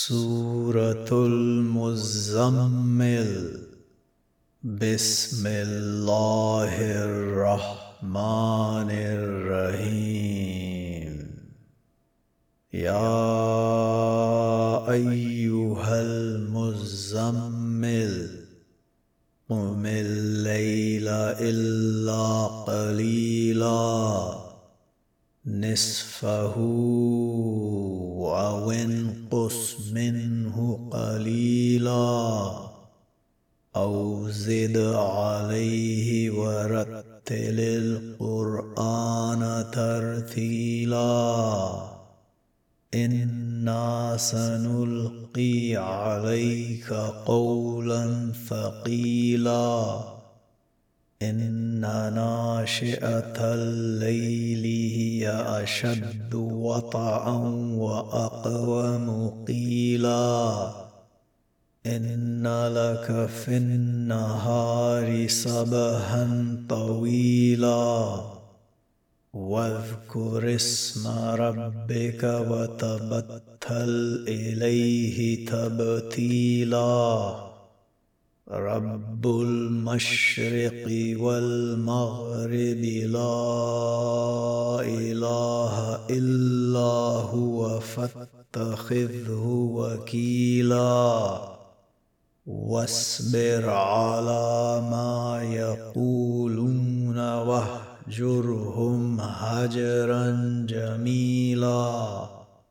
سورة المزمل. بسم الله الرحمن الرحيم. يا أيها المزمل قم الليل إلا قليلا نصفه أو انقص منه قليلا أو زد عليه ورتل القرآن ترتيلا. إنا سنلقي عليك قولا ثقيلا. إن ناشئة الليل هي أشد وطئا وأقوم قيلا. إن لك في النهار سبحا طويلا. واذكر اسم ربك وتبتل إليه تبتيلا. رب المشرق والمغرب لا إله إلا هو فاتخذه وكيلا. واصبر على ما يقولون واهجرهم هجرا جميلا.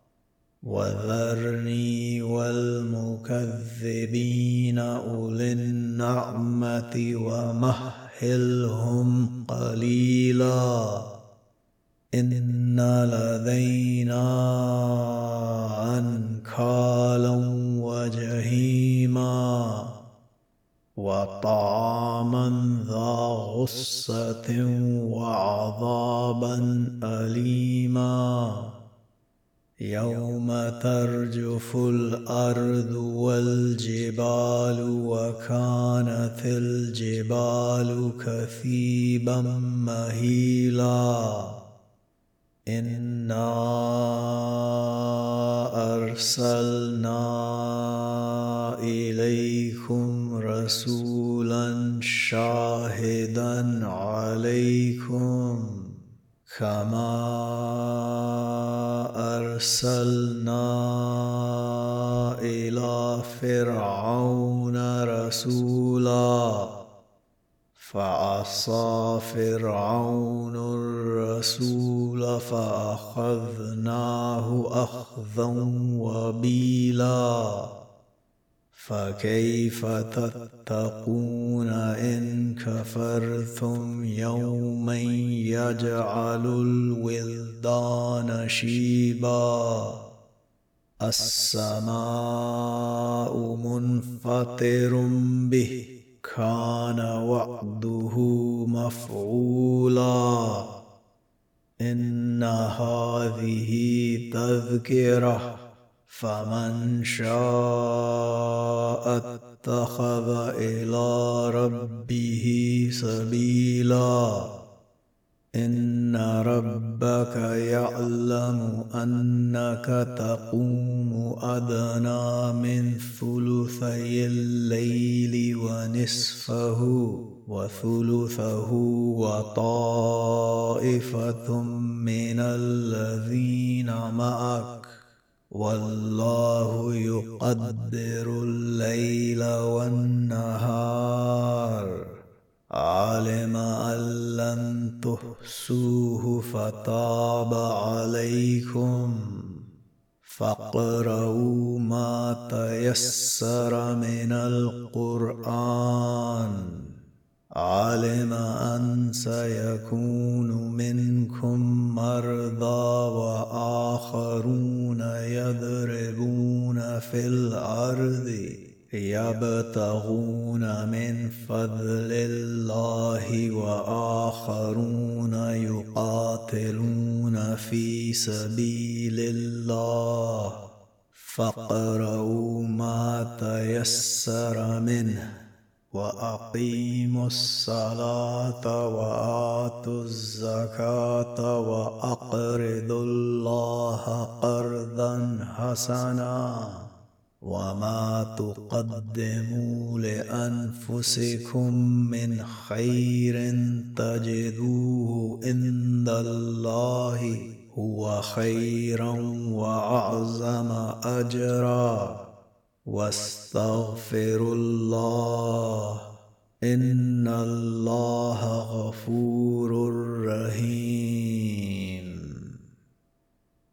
وذرني والمكذبين أولي النعمة ومهلهم قليلا. إن لدينا أنكالا وجحيما وطعاما ذا غصة وعذابا أليما. يوم ترجف الأرض والجبال وكانت الجبال كثيبا مهيلا. إنا أرسلنا إليكم رسولا شاهدا عليكم كما أرسلنا إلى فرعون رسولا. فعصى فرعون الرسول فأخذناه أخذا وبيلا. فكيف تتقون إن كفرتم يوما يجعل الولدان شيبا. السماء منفطر به كان وعده مفعولا. إن هذه تذكرة فمن شاء اتخذ إلى ربه سبيلا. إن ربك يعلم أنك تقوم أدنى من ثلثي الليل ونصفه وثلثه وطائفة من الذين معك والله يقدر الليل والنهار. علم أن لن تحصوه فتاب عليكم فاقرؤوا ما تيسر من القرآن. علم أن سيكون منكم مرضى وآخرون يضربون في الأرض يبتغون من فضل الله وآخرون يقاتلون في سبيل الله. فاقرؤوا ما تيسر منه وأقيموا الصلاة وآتوا الزكاة وأقرضوا الله قرضا حسنا وما تقدموا لأنفسكم من خير تجدوه عند الله هو خيرا وأعظم أجرا واستغفروا الله إن الله غفور